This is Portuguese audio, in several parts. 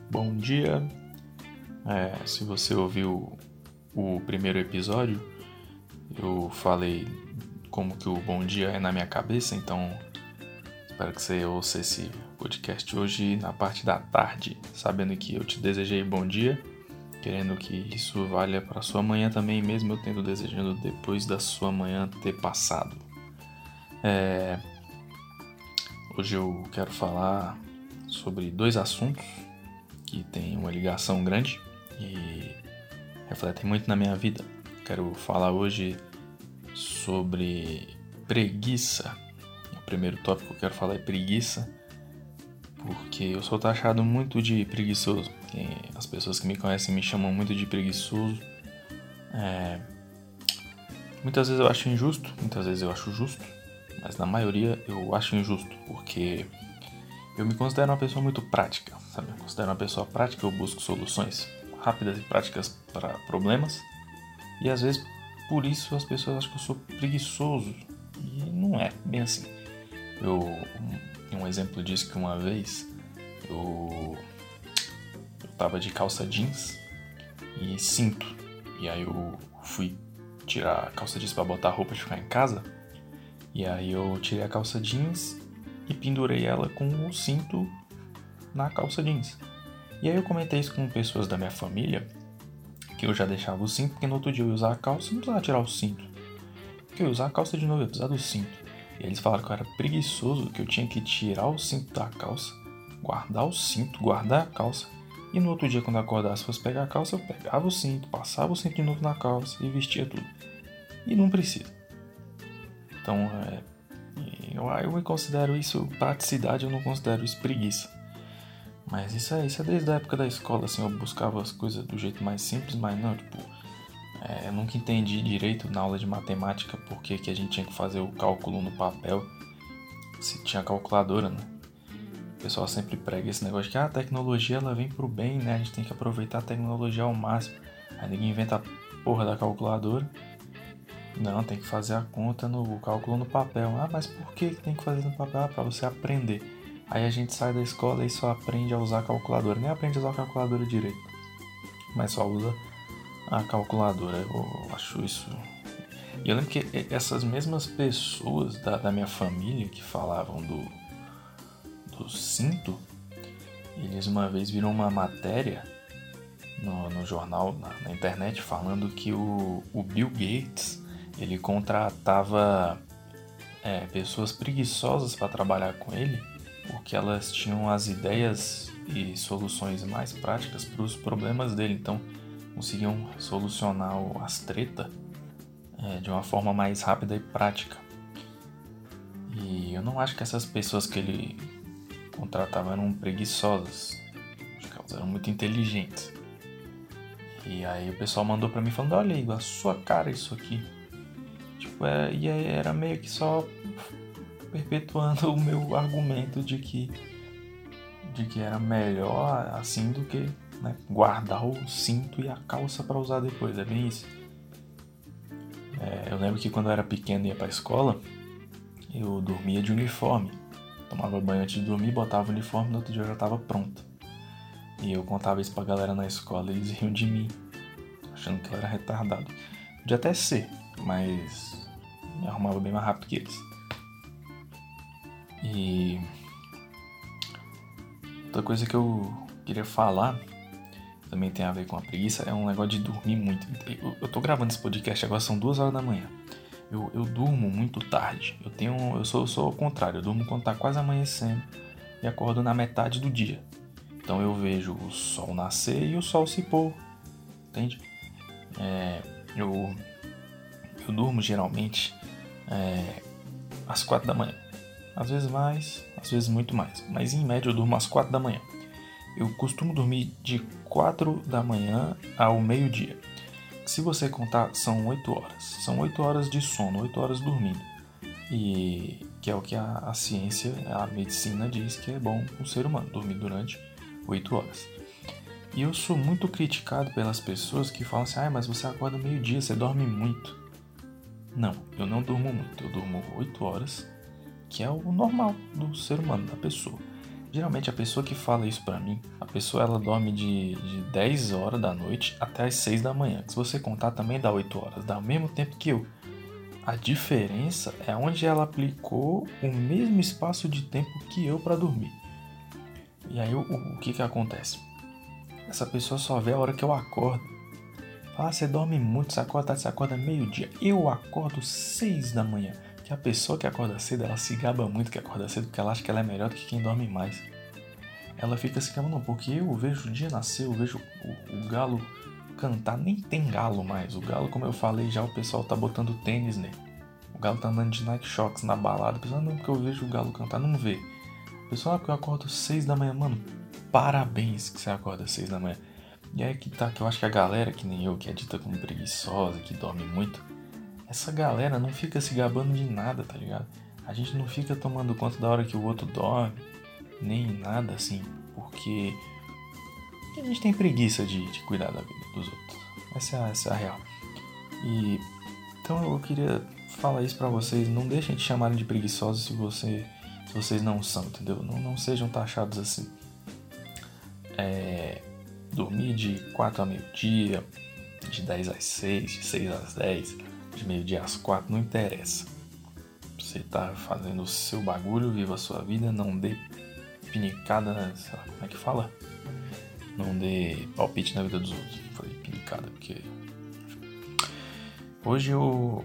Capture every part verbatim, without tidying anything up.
Bom dia. É, se você ouviu o primeiro episódio, eu falei como que o bom dia é na minha cabeça, então espero que você ouça esse podcast hoje na parte da tarde, sabendo que eu te desejei bom dia, querendo que isso valha para sua manhã também, mesmo eu tendo desejando depois da sua manhã ter passado. É, hoje eu quero falar sobre dois assuntos que têm uma ligação grande e refletem muito na minha vida. Quero falar hoje sobre preguiça. O primeiro tópico que eu quero falar é preguiça, porque eu sou taxado muito de preguiçoso. As pessoas que me conhecem me chamam muito de preguiçoso. É... Muitas vezes eu acho injusto, muitas vezes eu acho justo, mas na maioria eu acho injusto, porque eu me considero uma pessoa muito prática, sabe? Eu considero uma pessoa prática, eu busco soluções rápidas e práticas para problemas. E às vezes, por isso, as pessoas acham que eu sou preguiçoso. E não é bem assim. Eu, um, um exemplo disso que uma vez eu, eu tava de calça jeans e cinto. E aí eu fui tirar a calça jeans para botar a roupa de ficar em casa. E aí eu tirei a calça jeans e pendurei ela com o cinto na calça jeans. E aí eu comentei isso com pessoas da minha família, que eu já deixava o cinto, porque no outro dia eu ia usar a calça e não precisava tirar o cinto. Porque eu ia usar a calça de novo, eu ia precisar do cinto. E eles falaram que eu era preguiçoso, que eu tinha que tirar o cinto da calça, guardar o cinto, guardar a calça, e no outro dia quando eu acordasse fosse pegar a calça, eu pegava o cinto, passava o cinto de novo na calça e vestia tudo. E não precisa. Então, é... Eu, eu me considero isso praticidade, eu não considero isso preguiça. Mas isso é, isso é desde a época da escola, assim, eu buscava as coisas do jeito mais simples, mas não, tipo, é, eu nunca entendi direito na aula de matemática por que que a gente tinha que fazer o cálculo no papel, se tinha calculadora, né? O pessoal sempre prega esse negócio de que ah, a tecnologia ela vem pro bem, né? A gente tem que aproveitar a tecnologia ao máximo. Aí ninguém inventa a porra da calculadora. Não, tem que fazer a conta no cálculo no papel. Ah, mas por que tem que fazer no papel? Ah, pra você aprender. Aí a gente sai da escola e só aprende a usar a calculadora. Nem aprende a usar a calculadora direito, mas só usa a calculadora. Eu acho isso... E eu lembro que essas mesmas pessoas da, da minha família que falavam do, do cinto, eles uma vez viram uma matéria no, no jornal, na, na internet, falando que o, o Bill Gates... ele contratava é, pessoas preguiçosas para trabalhar com ele, porque elas tinham as ideias e soluções mais práticas para os problemas dele. Então, conseguiam solucionar as tretas é, de uma forma mais rápida e prática. E eu não acho que essas pessoas que ele contratava eram preguiçosas. Acho que elas eram muito inteligentes. E aí o pessoal mandou para mim falando, olha aí, a sua cara isso aqui. Tipo, é, e aí era meio que só perpetuando o meu argumento de que, de que era melhor assim do que, né, guardar o cinto e a calça para usar depois, é bem isso. É, eu lembro que quando eu era pequeno e ia pra escola, eu dormia de uniforme. Tomava banho antes de dormir, botava o uniforme, no outro dia eu já estava pronto. E eu contava isso pra galera na escola e eles riam de mim, achando que eu era retardado. Podia até ser, mas me arrumava bem mais rápido que eles. E outra coisa que eu queria falar, também tem a ver com a preguiça, é um negócio de dormir muito. Eu, eu tô gravando esse podcast agora, são duas horas da manhã. Eu, eu durmo muito tarde. Eu tenho, eu sou, eu sou ao contrário, eu durmo quando tá quase amanhecendo e acordo na metade do dia. Então eu vejo o sol nascer e o sol se pôr, entende? É, eu, eu durmo geralmente é, às quatro da manhã. Às vezes mais, às vezes muito mais. Mas em média eu durmo às quatro da manhã. Eu costumo dormir de quatro da manhã ao meio-dia. Se você contar, são oito horas. São oito horas de sono, oito horas dormindo. E que é o que a, a ciência, a medicina diz que é bom para o ser humano, dormir durante oito horas. E eu sou muito criticado pelas pessoas que falam assim, ah, mas você acorda meio-dia, você dorme muito. Não, eu não durmo muito, eu durmo oito horas, que é o normal do ser humano, da pessoa. Geralmente a pessoa que fala isso pra mim, a pessoa ela dorme de, de dez horas da noite até as seis da manhã. Se você contar também dá oito horas, dá o mesmo tempo que eu. A diferença é onde ela aplicou o mesmo espaço de tempo que eu pra dormir. E aí o, o, o que que acontece? Essa pessoa só vê a hora que eu acordo. Ah, você dorme muito, você acorda, você acorda meio-dia. Eu acordo seis da manhã. Que a pessoa que acorda cedo, ela se gaba muito que acorda cedo, porque ela acha que ela é melhor do que quem dorme mais. Ela fica se gabando, não, porque eu vejo o dia nascer, eu vejo o, o galo cantar. Nem tem galo mais. O galo, como eu falei já, o pessoal tá botando tênis nele. O galo tá andando de Nike Shox na balada. O pessoal, não, porque eu vejo o galo cantar, não vê. O pessoal, ah, porque eu acordo seis da manhã. Mano, parabéns que você acorda seis da manhã. E aí que tá, que eu acho que a galera, que nem eu, que é dita como preguiçosa, que dorme muito, essa galera não fica se gabando de nada, tá ligado? A gente não fica tomando conta da hora que o outro dorme, nem nada assim, porque a gente tem preguiça de, de cuidar da vida dos outros. Essa é, a, essa é a real. E então eu queria falar isso pra vocês, não deixem de chamarem de preguiçosos se, você, se vocês não são, entendeu? Não, não sejam taxados assim. É... Dormir de quatro a meio-dia, de dez às seis, de seis às dez, de meio-dia às quatro, não interessa. Você tá fazendo o seu bagulho, viva a sua vida, não dê pinicada, sei lá, como é que fala? Não dê palpite na vida dos outros. Falei pinicada, porque... Hoje eu...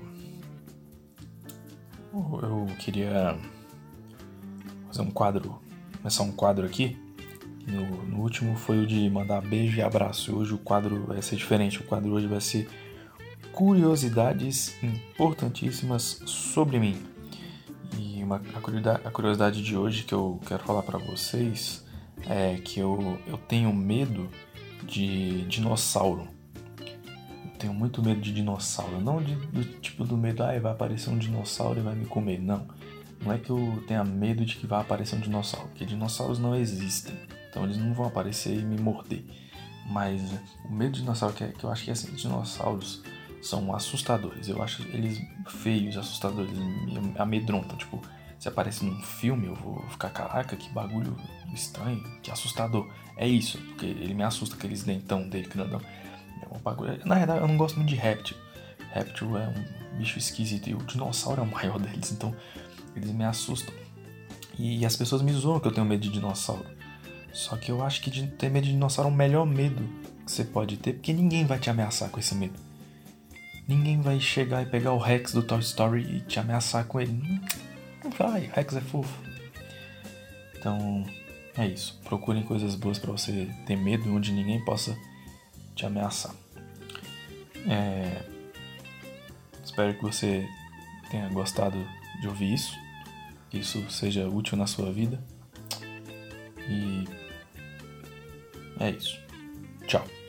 Eu queria fazer um quadro, começar um quadro aqui. No, no último foi o de mandar beijo e abraço. E hoje o quadro vai ser diferente. O quadro hoje vai ser curiosidades importantíssimas sobre mim. E uma, a, curiosidade, a curiosidade de hoje que eu quero falar para vocês é que eu, eu tenho medo de dinossauro. Eu tenho muito medo de dinossauro. Não de, do tipo do medo, ah, vai aparecer um dinossauro e vai me comer. Não. Não é que eu tenha medo de que vai aparecer um dinossauro. Porque dinossauros não existem. Então eles não vão aparecer e me morder. Mas o medo de dinossauro, que, é, que eu acho que é assim, dinossauros são assustadores. Eu acho eles feios, assustadores, me amedrontam. Tipo, se aparece num filme, eu vou ficar, caraca, que bagulho estranho, que assustador. É isso, porque ele me assusta, aqueles dentão dele, grandão. É um bagulho. Na verdade, eu não gosto muito de réptil. Réptil é um bicho esquisito e o dinossauro é o maior deles, então eles me assustam. E as pessoas me zoam que eu tenho medo de dinossauro. Só que eu acho que de ter medo de dinossauro é o melhor medo que você pode ter, porque ninguém vai te ameaçar com esse medo. Ninguém vai chegar e pegar o Rex do Toy Story e te ameaçar com ele. Não vai, Rex é fofo. Então, é isso. Procurem coisas boas pra você ter medo onde ninguém possa te ameaçar. É... Espero que você tenha gostado de ouvir isso. Que isso seja útil na sua vida. E é isso. Tchau.